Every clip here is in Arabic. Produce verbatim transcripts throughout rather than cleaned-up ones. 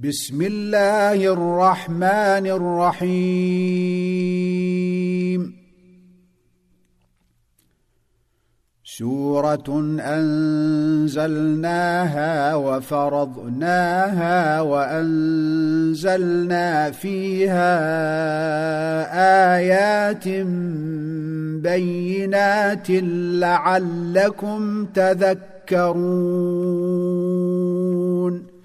بسم الله الرحمن الرحيم. سورة أنزلناها وفرضناها وأنزلنا فيها آيات بينات لعلكم تذكرون.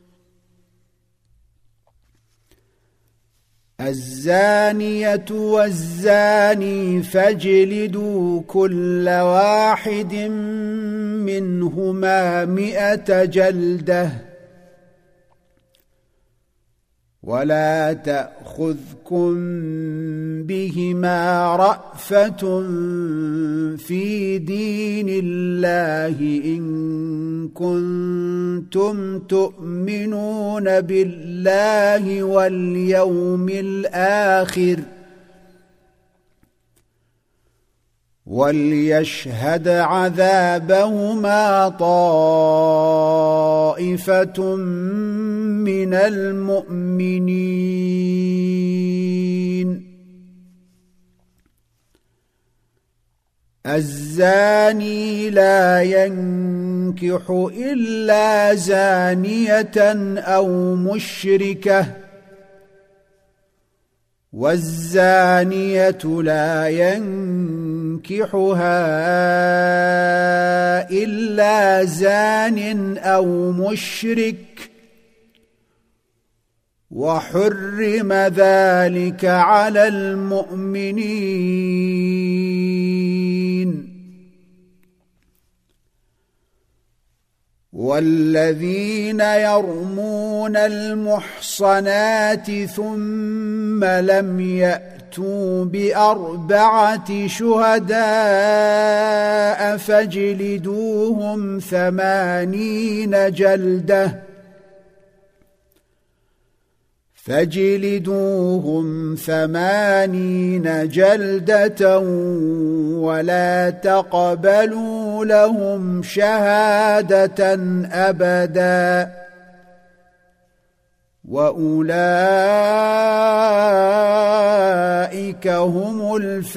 الزانية والزاني فاجلدوا كل واحد منهما مئة جلدة ولا تأخذكم بهما رأفة في دين الله إن كنتم تؤمنون بالله واليوم الآخر وليشهد عذابهما طائفة من المؤمنين. الزاني لا ينكح إلا زانية أو مشركة والزانية لا ينكحها إلا زان أو مشرك وحرم ذلك على المؤمنين. والذين يرمون المحصنات ثم لم يأتوا بأربعة شهداء فاجلدوهم ثمانين جلدة فاجلدوهم ثمانين جلدة ولا تقبلوا لهم شهادة أبدا وأولئك هم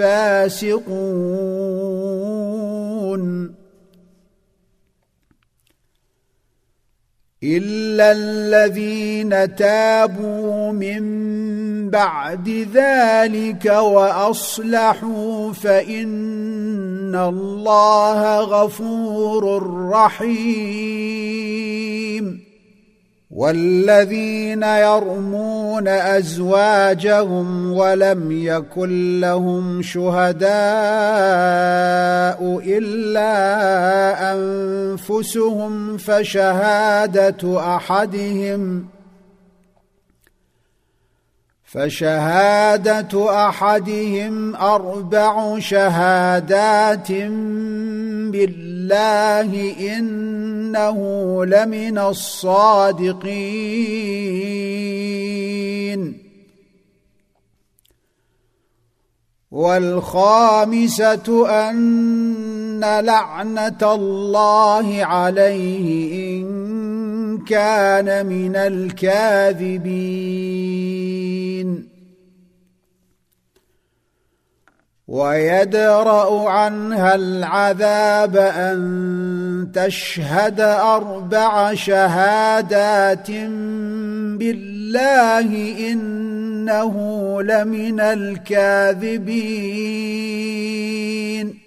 الفاسقون. إلا الذين تابوا من بعد ذلك وأصلحوا فإن الله غفور رحيم. والذين يرمون أزواجهم ولم يكن لهم شهداء إلا أنفسهم فشهادة أحدهم فشهادة أحدهم أربع شهادات بالله إنه لمن الصادقين. والخامسة أن لعنة الله عليه إن كان من الكاذبين. ويدرأ عنها العذاب أن تشهد أربع شهادات بالله إنه لمن الكاذبين.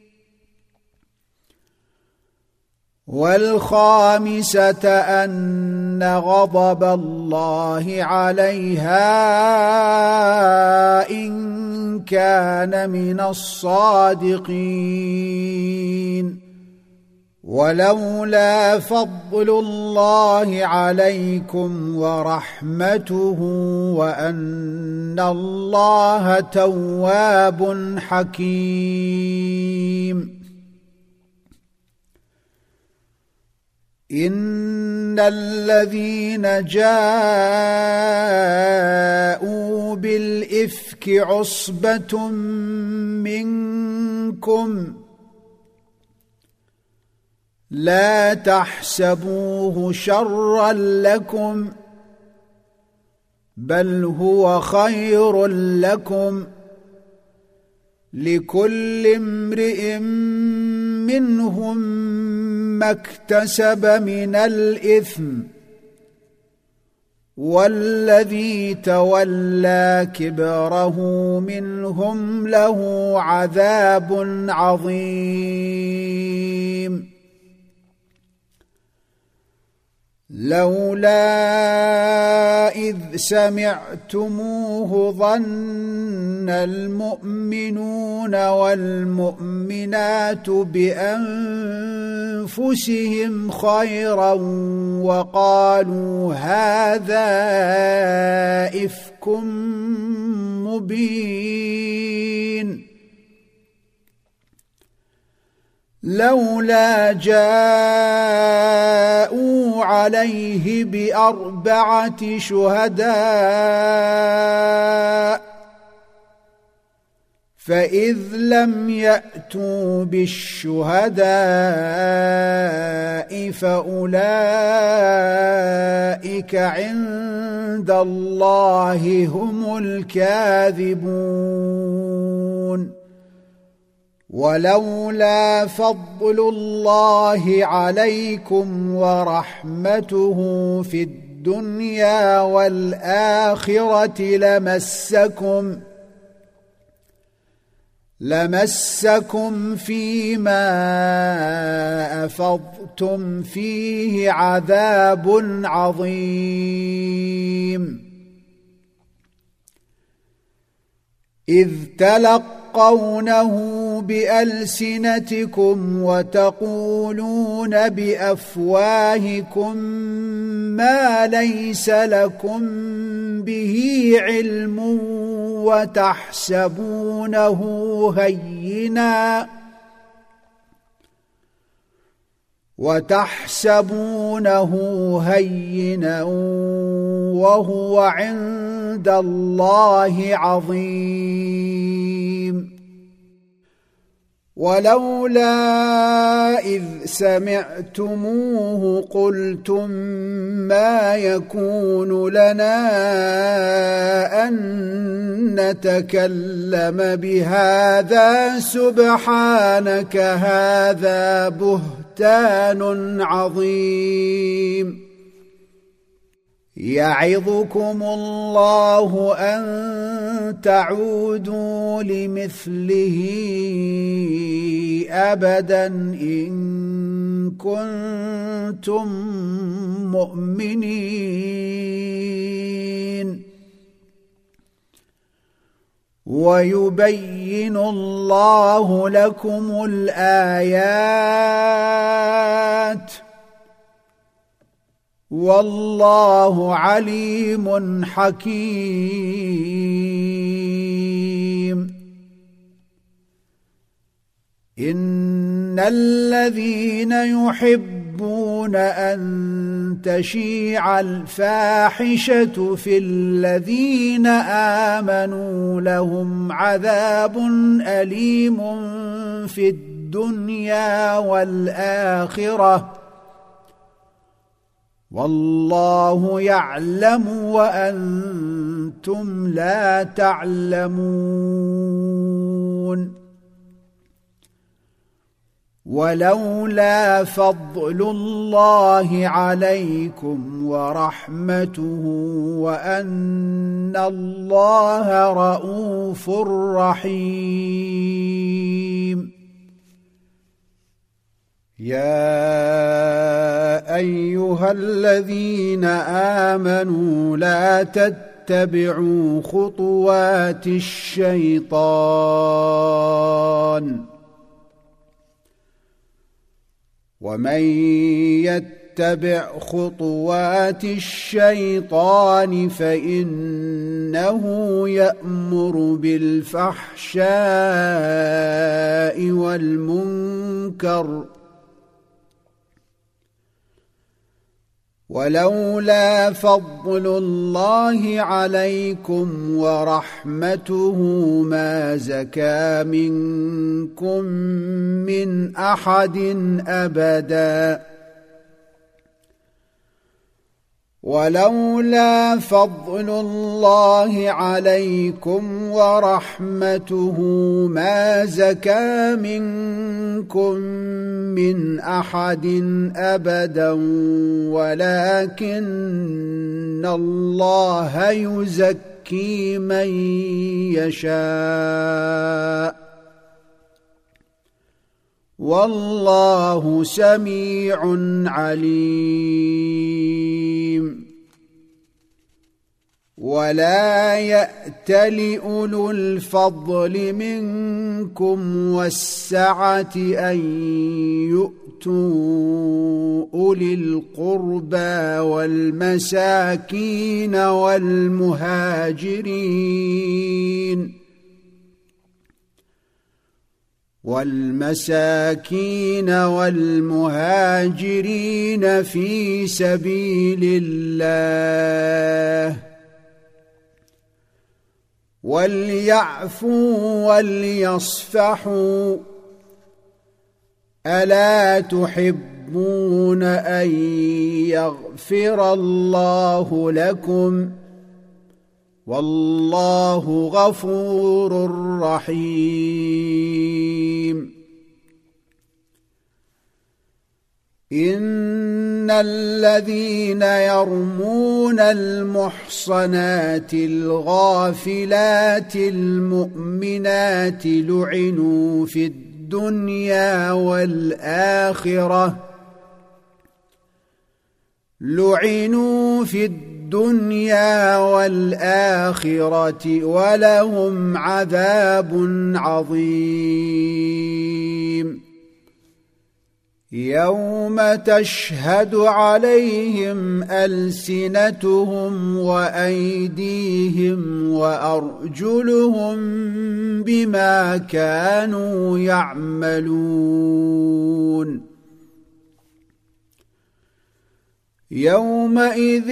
والخامسة أن غضب الله عليها إن كان من الصادقين. ولولا فضل الله عليكم ورحمته وأن الله تواب حكيم. إن الذين جاءوا بالإفك عصبة منكم لا تحسبوه شرا لكم بل هو خير لكم لكل امرئ منهم ما اكتسب من الإثم والذي تولى كبره منهم له عذاب عظيم لولا إذ سمعتموه ظن المؤمنون والمؤمنات بأنفسهم خيرا وقالوا هذا إفك مبين لولا جاءوا عليه بأربعة شهداء فإذ لم يأتوا بالشهداء فأولئك عند الله هم الكاذبون ولولا فضل الله عليكم ورحمته في الدنيا والآخرة لمسكم لمسكم فيما أفضتم فيه عذاب عظيم إذ تلقونه بألسنتكم وتقولون بأفواهكم ما ليس لكم به علم وتحسبونه هينا وتحسبونه هينا وهو عند الله عظيم ولولا إذ سمعتموه قلتم ما يكون لنا أن نتكلم بهذا سبحانك هذا بهتان عظيم يعظكم الله أن تعودوا لمثله أبدا إن كنتم مؤمنين ويبين الله لكم الآيات والله عليم حكيم إن الذين يحبون أن تشيع الفاحشة في الذين آمنوا لهم عذاب أليم في الدنيا والآخرة والله يعلم وأنتم لا تعلمون ولولا فضل الله عليكم ورحمته وأن الله رؤوف رحيم يا أيها الذين آمنوا لا تتبعوا خطوات الشيطان ومن يتبع خطوات الشيطان فإنه يأمر بالفحشاء والمنكر ولولا فضل الله عليكم ورحمته ما زكى منكم من أحد أبدا ولولا فضل الله عليكم ورحمته ما زكى منكم من أحد أبدا ولكن الله يزكي من يشاء والله سميع عليم. ولا يأتل أولو الفضل منكم والسعة أن يؤتوا أولي القربى والمساكين والمهاجرين والمساكين والمهاجرين في سبيل الله وليعفوا وليصفحوا ألا تحبون أن يغفر الله لكم والله غفور رحيم. إن الذين يرمون المحصنات الغافلات المؤمنات لعنوا في الدنيا والآخرة لعنوا في الدنيا والآخرة ولهم عذاب عظيم. يوم تشهد عليهم ألسنتهم وأيديهم وأرجلهم بما كانوا يعملون. يومئذ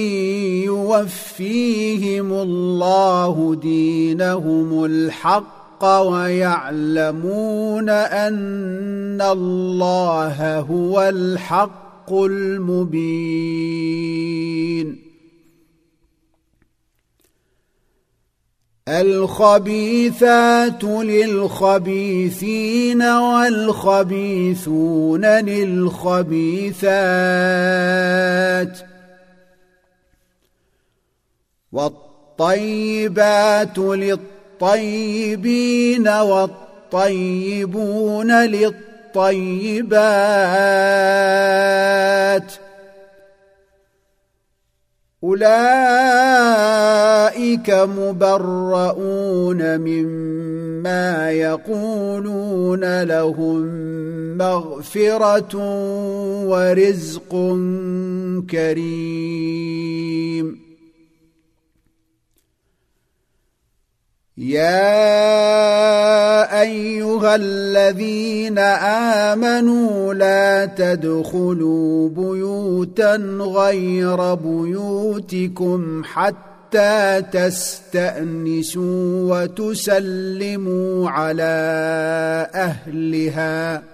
يوفيهم الله دينهم الحق ويعلمون أن الله هو الحق المبين. الخبيثات للخبيثين والخبيثون للخبيثات والطيبات للطيبين والطيبون للطيبات أولئك مبرؤون مما يقولون لهم مغفرة ورزق كريم. يا أيها الذين آمنوا لا تدخلوا بيوتا غير بيوتكم حتى تستأنسوا وتسلموا على أهلها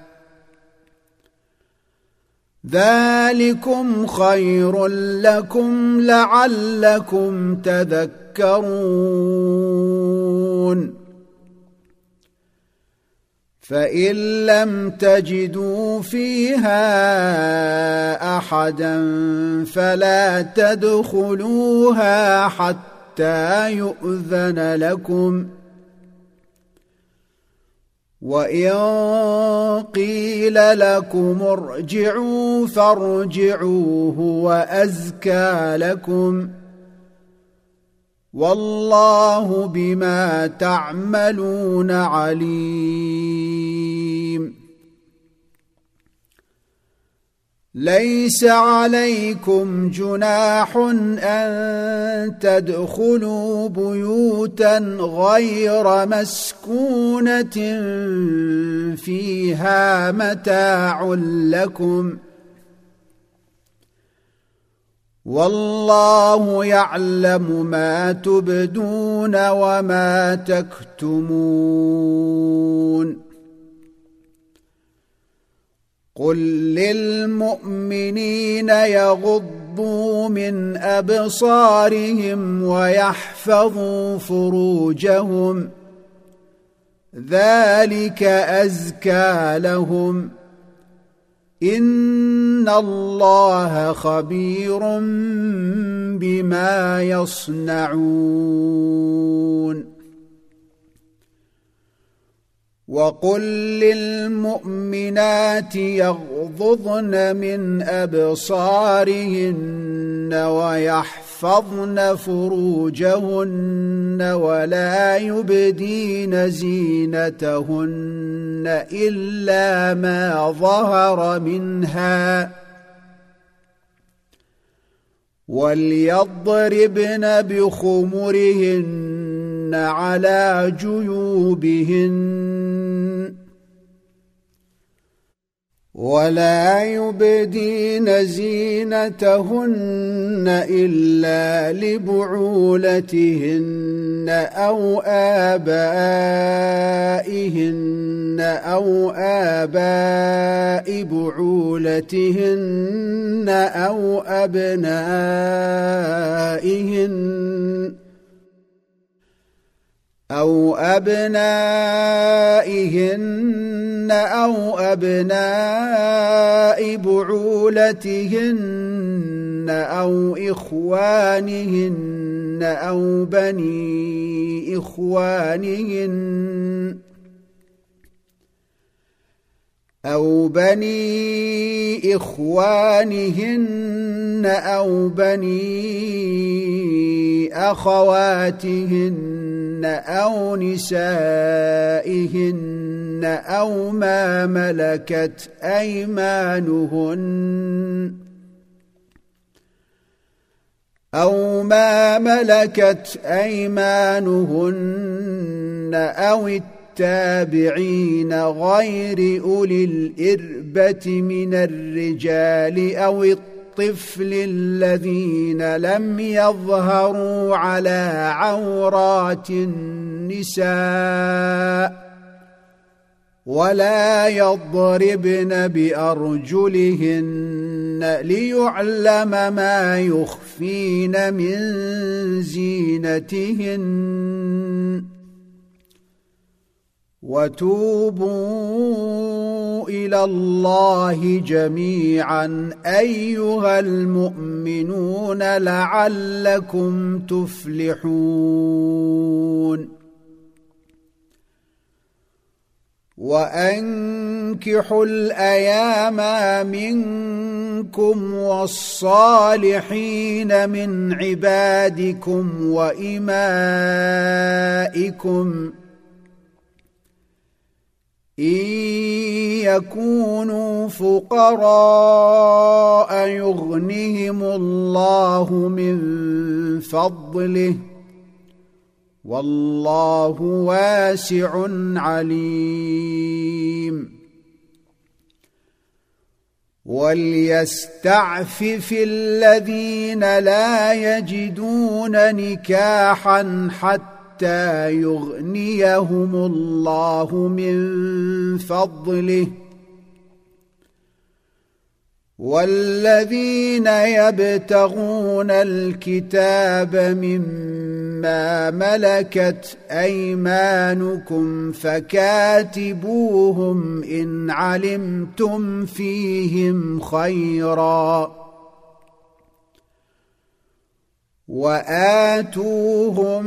ذلكم خير لكم لعلكم تذكرون. فإن لم تجدوا فيها أحدا فلا تدخلوها حتى يؤذن لكم وإن قيل لكم ارجعوا فارجعوا هو أزكى لكم والله بما تعملون عليم. ليس عليكم جناح أن تدخلوا بيوتا غير مسكونة فيها متاع لكم والله يعلم ما تبدون وما تكتمون. قل للمؤمنين يغضوا يغضوا من أبصارهم ويحفظوا فروجهم ذلك أزكى لهم إن الله خبير بما يصنعون وقل للمؤمنات يغضضن من أبصارهن ويحفظن فروجهن ولا يبدين زينتهن إلا ما ظهر منها وليضربن بخمرهن على جيوبهن ولا يبدين زينتهن إلا لبعولتهن أو آبائهن أو آباء بعولتهن أو أبنائهن أو أبنائهن أو أبناء بعولتهن أو إخوانهن أو بني إخوانهن أو بني إخوانهن أو بني أخواتهن أو نسائهن أو ما ملكت أيمانهن أو ما ملكت أيمانهن أو التابعين غير أولي الإربة من الرجال أو الطفل الذين لم يظهروا على عورات النساء ولا يضربن بأرجلهن ليعلم ما يخفين من زينتهن وتوبوا إلى الله جميعا أيها المؤمنون لعلكم تفلحون وأنكحوا الأيام منكم والصالحين من عبادكم وإمائكم إن يكونوا فقراء يغنهم الله من فضله والله واسع عليم وليستعفف الذين لا يجدون نكاحا حتى حتى يغنيهم الله من فضله والذين يبتغون الكتاب مما ملكت أيمانكم فكاتبوهم إن علمتم فيهم خيرا وآتوهم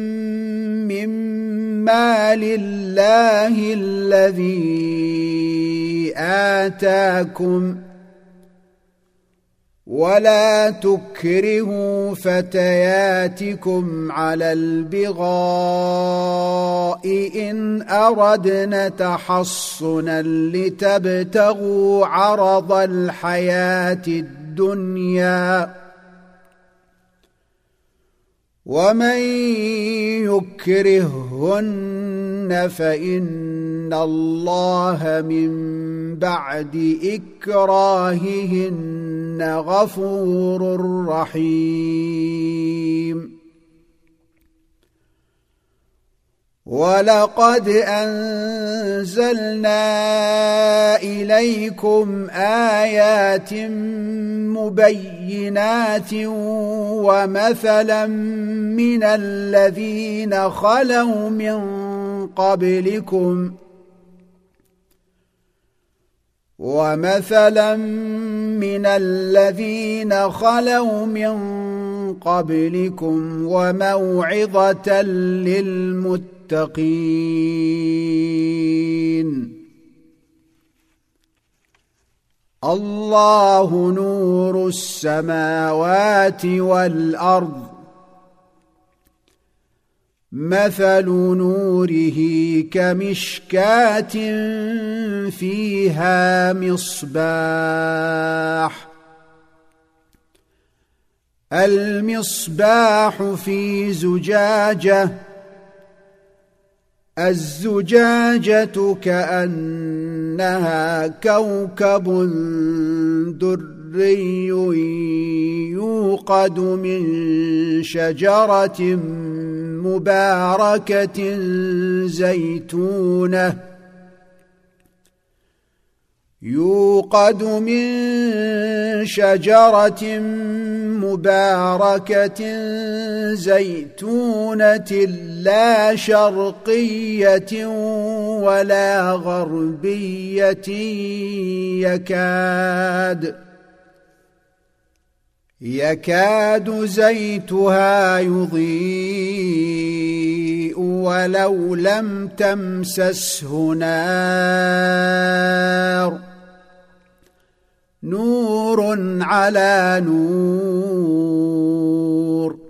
مما لله الذي آتاكم ولا تكرهوا فتياتكم على البغاء إن أردنا تحصنا لتبتغوا عرض الحياة الدنيا ومن يكرههن فإن الله من بعد إكراههن غفور رحيم ولقد أنزلنا إليكم آيات مبينات ومثلا من الذين خلوا من قبلكم ومثلا من الذين خلوا من قبلكم وموعظة للمتقين. الله نور السماوات والأرض، مثل نوره كمشكاة فيها مصباح، المصباح في زجاجة، الزجاجة كأنها كوكب دري يوقد من شجرة مباركة زيتونة يوقد من شجرة مباركة زيتونة لا شرقية ولا غربية يكاد يكاد زيتها يضيء ولو لم تمسسه نار، نور على نور،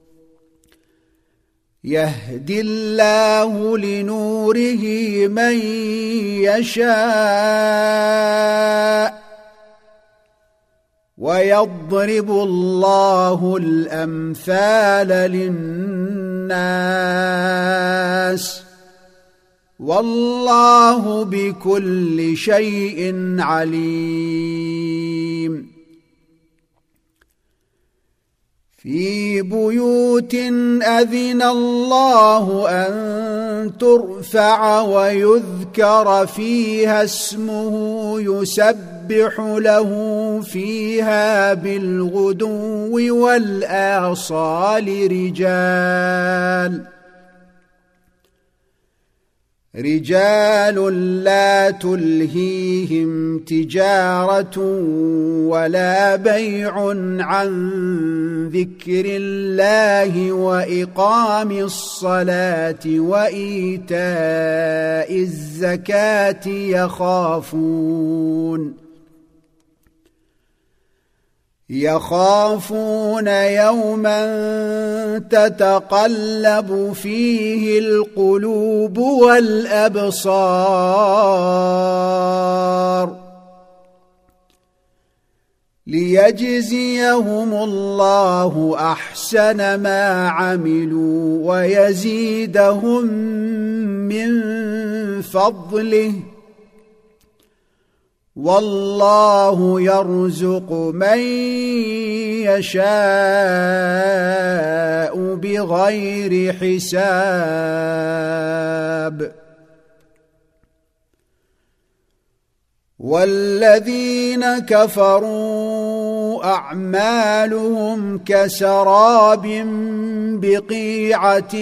يهدي الله لنوره من يشاء ويضرب الله الأمثال للناس والله بكل شيء عليم. في بيوت أذن الله أن ترفع ويذكر فيها اسمه يسبح له فيها بالغدو والآصال رجال رجال لا تلهيهم تجارة ولا بيع عن ذكر الله وإقام الصلاة وإيتاء الزكاة يخافون يخافون يوما تتقلب فيه القلوب والأبصار ليجزيهم الله أحسن ما عملوا ويزيدهم من فضله والله يرزق من يشاء بغير حساب. والذين كفروا أعمالهم كسراب بقيعة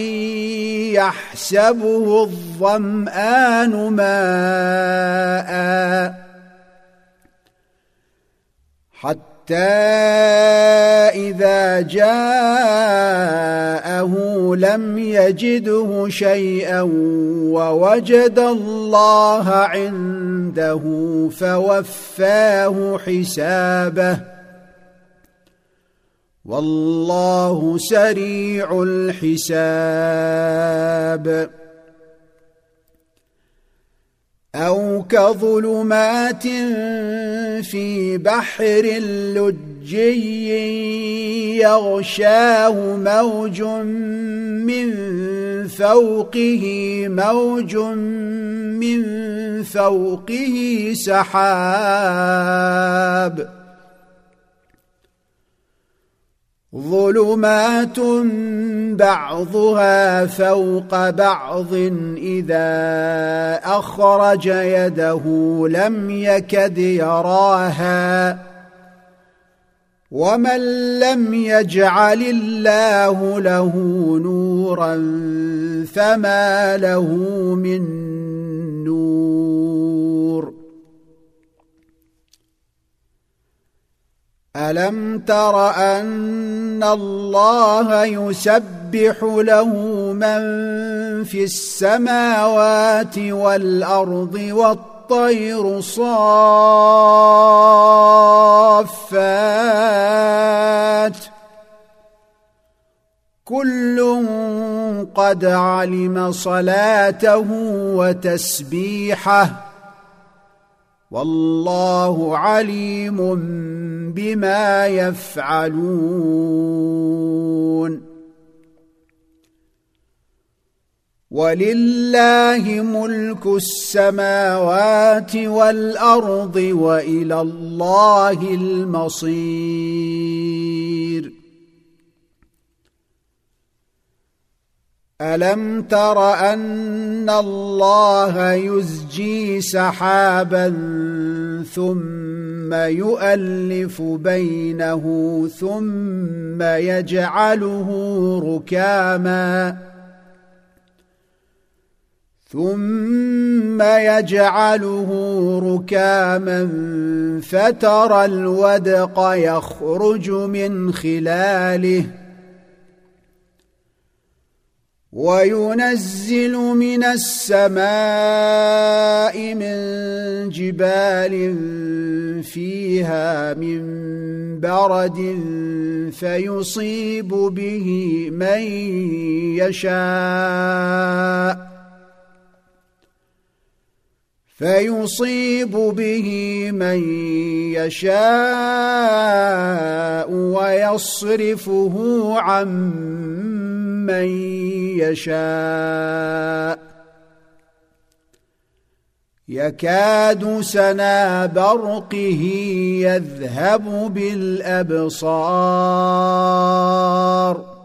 يحسبه الظمآن ماءً حتى إذا جاءه لم يجده شيئا ووجد الله عنده فوفاه حسابه والله سريع الحساب. أو كظلمات في بحر لجي يغشاه موج من فوقه موج من فوقه سحاب ظلمات بعضها فوق بعض إذا أخرج يده لم يكد يراها ومن لم يجعل الله له نورا فما له من نور ألم تر أن الله يسبح له من في السماوات والأرض والطير صافات كل قد علم صلاته وتسبيحه والله عليم بما يفعلون ولله ملك السماوات والأرض وإلى الله المصير ألم تر أن الله يزجي سحابا ثم يؤلف بينه ثم يجعله ركاما ثم يجعله ركاما فترى الودق يخرج من خلاله وينزل من السماء من جبال فيها من برد فيصيب به من يشاء فيصيب به من يشاء ويصرفه عن من يشاء يكاد سنا برقه يذهب بالأبصار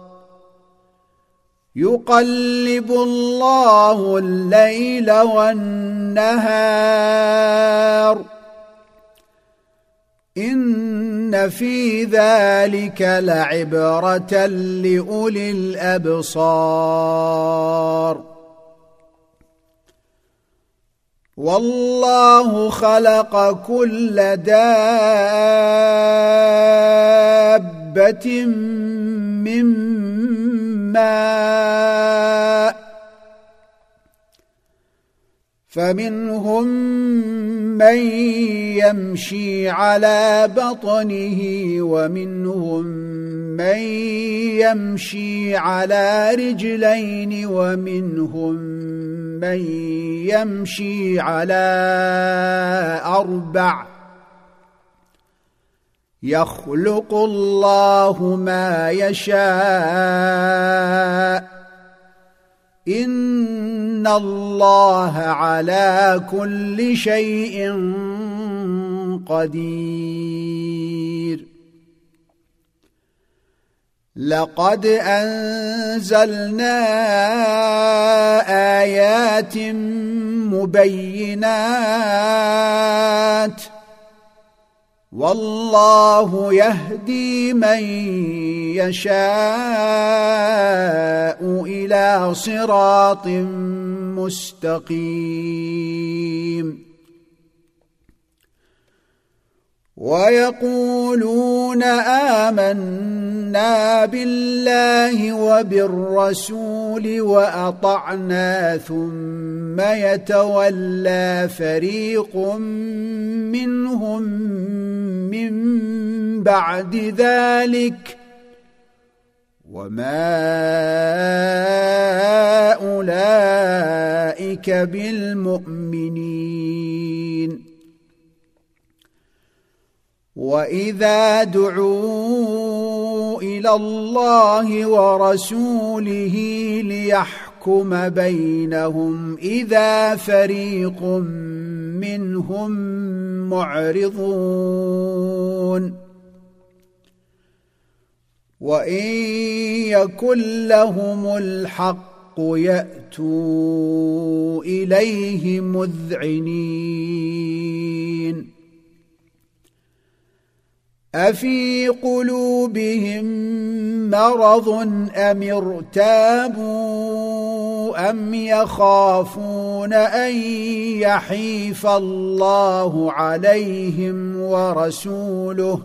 يقلب الله الليل والنهار إن في ذلك لعبرة لأولي الأبصار والله خلق كل دابة من ماء فمنهم من يمشي على بطنه ومنهم من يمشي على رجلين ومنهم من يمشي على أربع يخلق الله ما يشاء إن الله على كل شيء قدير لقد أنزلنا آيات مبينات والله يهدي من يشاء إلى صراط مستقيم ويقولون آمنا بالله وبالرسول وأطعنا ثم يتولى فريق منهم من بعد ذلك وما أولئك بالمؤمنين وإذا دعوا إلى الله ورسوله ليحكم بينهم إذا فريق منهم معرضون وإن يكن لهم الحق يأتوا إليه مذعنين أفي قلوبهم مرض أم ارتابوا أم يخافون أن يحيف الله عليهم ورسوله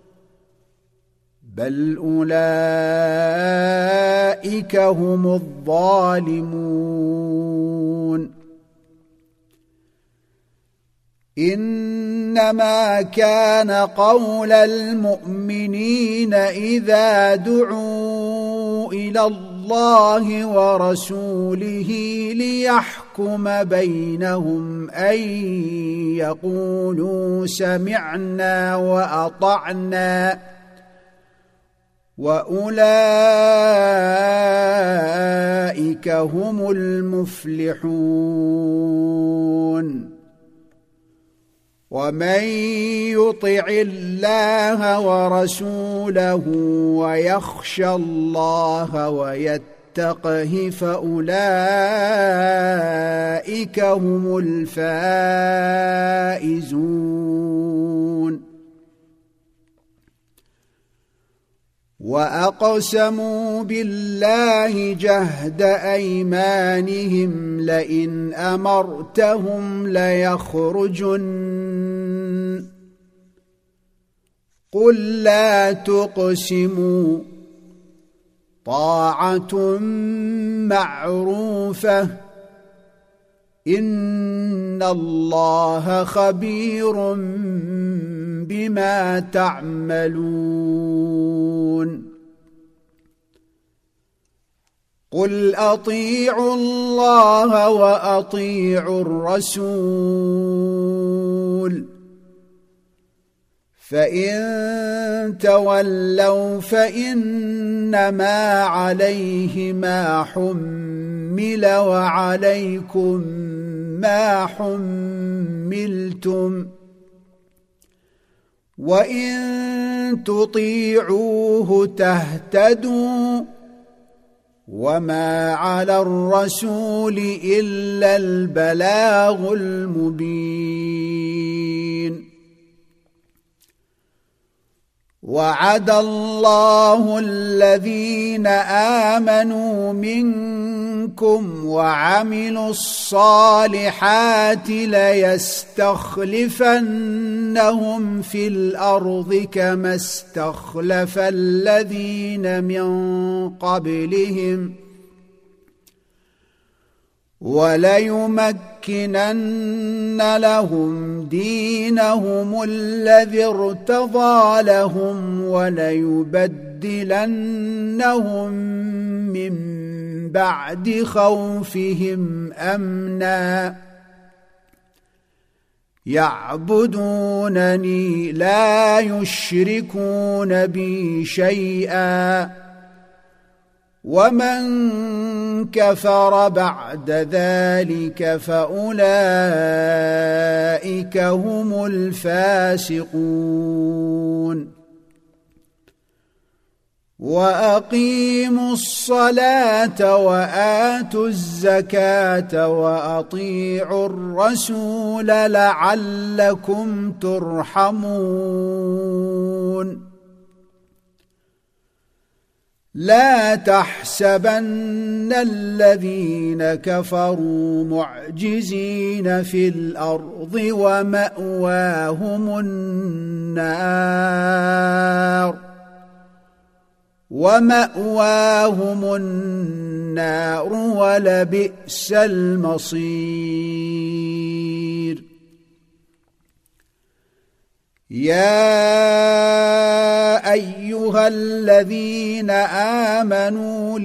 بل أولئك هم الظالمون إنما كان قول المؤمنين إذا دعوا إلى الله ورسوله ليحكم بينهم أن يقولوا سمعنا وأطعنا وأولئك هم المفلحون ومن يطع الله ورسوله ويخشى الله ويتقه فأولئك هم الفائزون وأقسموا بالله جهد أيمانهم لئن أمرتهم ليخرجن قل لا تقسموا طاعة معروفة إن الله خبير بما تعملون قل أطيعوا الله وأطيعوا الرسول فإن تولوا فإنما عليه ما حمل وعليكم ما حملتم وإن تطيعوه تهتدوا وما على الرسول إلا البلاغ المبين وعد الله الذين آمنوا منكم وعملوا الصالحات ليستخلفنهم في الأرض كما استخلف الذين من قبلهم وليمكنن لهم دينهم الذي ارتضى لهم وليبدلنهم من بعد خوفهم أمنا يعبدونني لا يشركون بي شيئا ومن كفر بعد ذلك فأولئك هم الفاسقون وأقيموا الصلاة وآتوا الزكاة وأطيعوا الرسول لعلكم ترحمون لا تحسبن الذين كفروا معجزين في الأرض ومأواهم النار ومأواهم النار ولبئس المصير يا أيها الذين آمنوا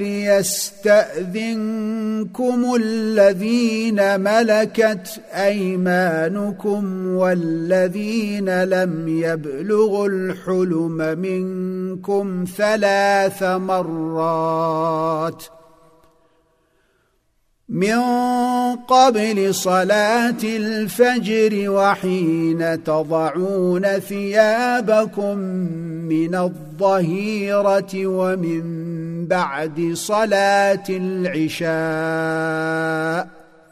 ليستأذنكم الذين ملكت أيمانكم والذين لم يبلغوا الحلم منكم ثلاث مرات من قبل صلاة الفجر وحين تضعون ثيابكم من الظهيرة ومن بعد صلاة العشاء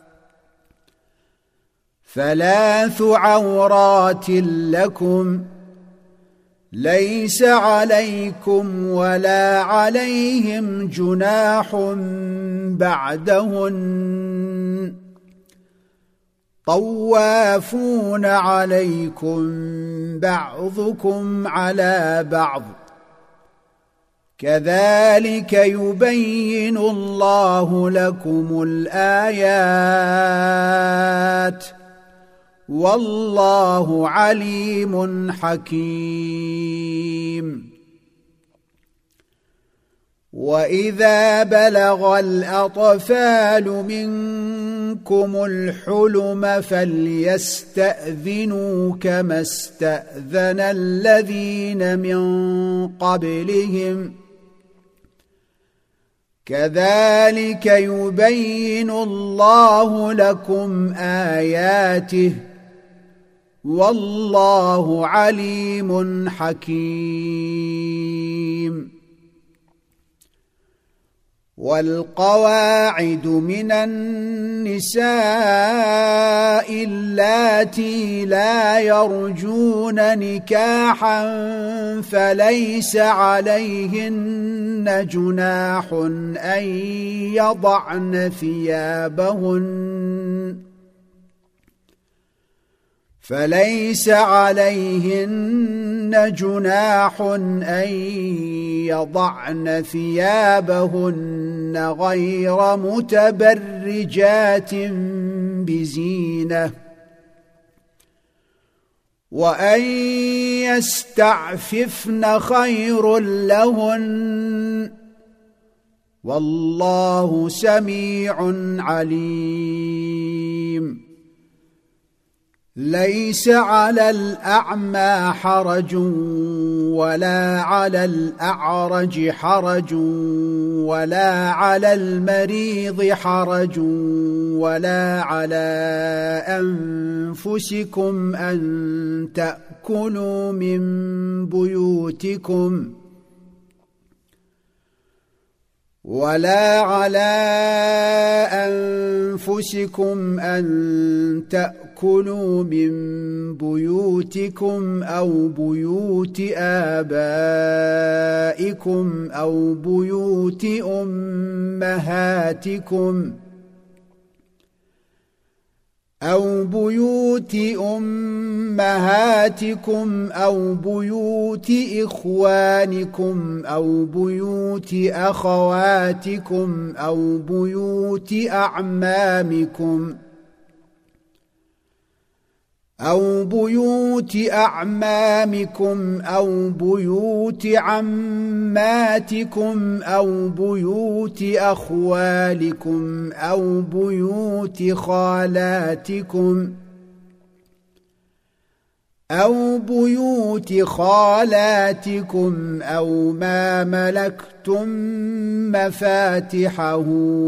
ثلاث عورات لكم ليس عليكم ولا عليهم جناح بعدهن طوافون عليكم بعضكم على بعض كذلك يبين الله لكم الآيات والله عليم حكيم. وإذا بلغ الأطفال منكم الحلم فليستأذنوا كما استأذن الذين من قبلهم كذلك يبين الله لكم آياته والله عليم حكيم. والقواعد من النساء اللاتي لا يرجون نكاحا فليس عليهن جناح أن يضعن ثيابهن فليس عليهن جناح أن يضعن ثيابهن غير متبرجات بزينة وأن يستعففن خير لهن والله سميع عليم. ليس على الأعمى حرج ولا على الأعرج حرج ولا على المريض حرج ولا على أنفسكم أن تأكلوا من بيوتكم ولا على أنفسكم أن تأكلوا من بيوتكم أو بيوت آبائكم أو بيوت أمهاتكم أو بيوت أمهاتكم أو بيوت إخوانكم أو بيوت أخواتكم أو بيوت أعمامكم أو بيوت أعمامكم أو بيوت عماتكم أو بيوت أخوالكم أو بيوت خالاتكم أو بيوت خالاتكم أو ما ملكتم مفاتحه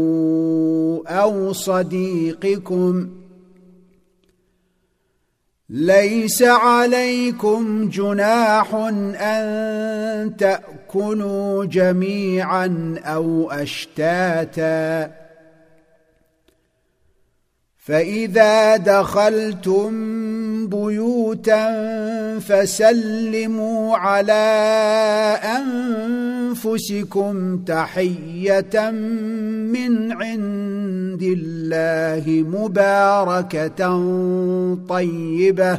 أو صديقكم ليس عليكم جناح أن تأكلوا جميعا أو أشتاتا فإذا دخلتم بيوتا فسلموا على أنفسكم تحية من عند الله مباركة طيبة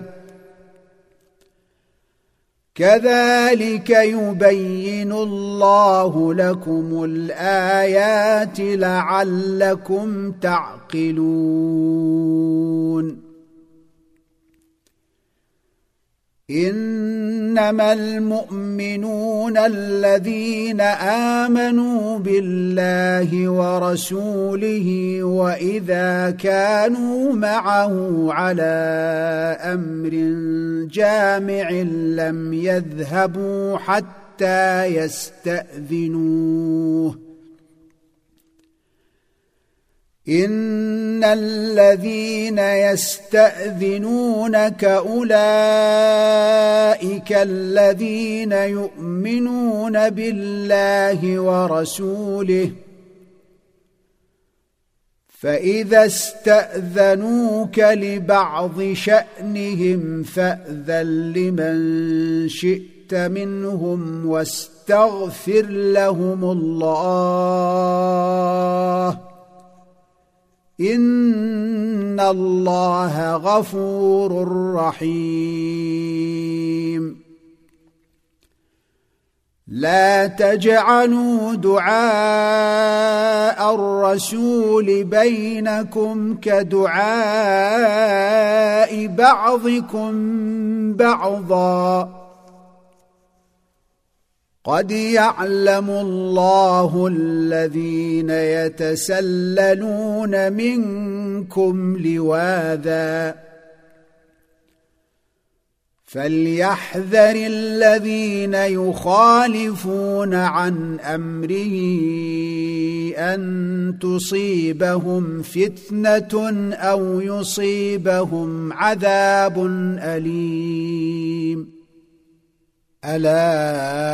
كذلك يبين الله لكم الآيات لعلكم تعقلون. إنما المؤمنون الذين آمنوا بالله ورسوله وإذا كانوا معه على أمر جامع لم يذهبوا حتى يستأذنوه إن الذين يستأذنونك أولئك الذين يؤمنون بالله ورسوله فإذا استأذنوك لبعض شأنهم فأذن لمن شئت منهم واستغفر لهم الله إن الله غفور رحيم لا تجعلوا دعاء الرسول بينكم كدعاء بعضكم بعضا قد يعلم الله الذين يتسللون منكم لواذا فليحذر الذين يخالفون عن أمره أن تصيبهم فتنة أو يصيبهم عذاب أليم ألا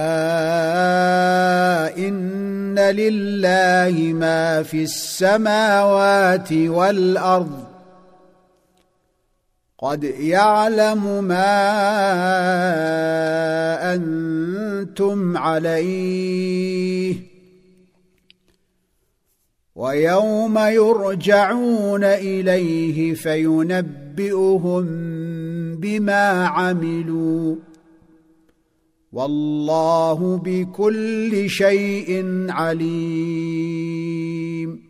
إن لله ما في السماوات والأرض قد يعلم ما أنتم عليه ويوم يرجعون إليه فينبئهم بما عملوا والله بكل شيء عليم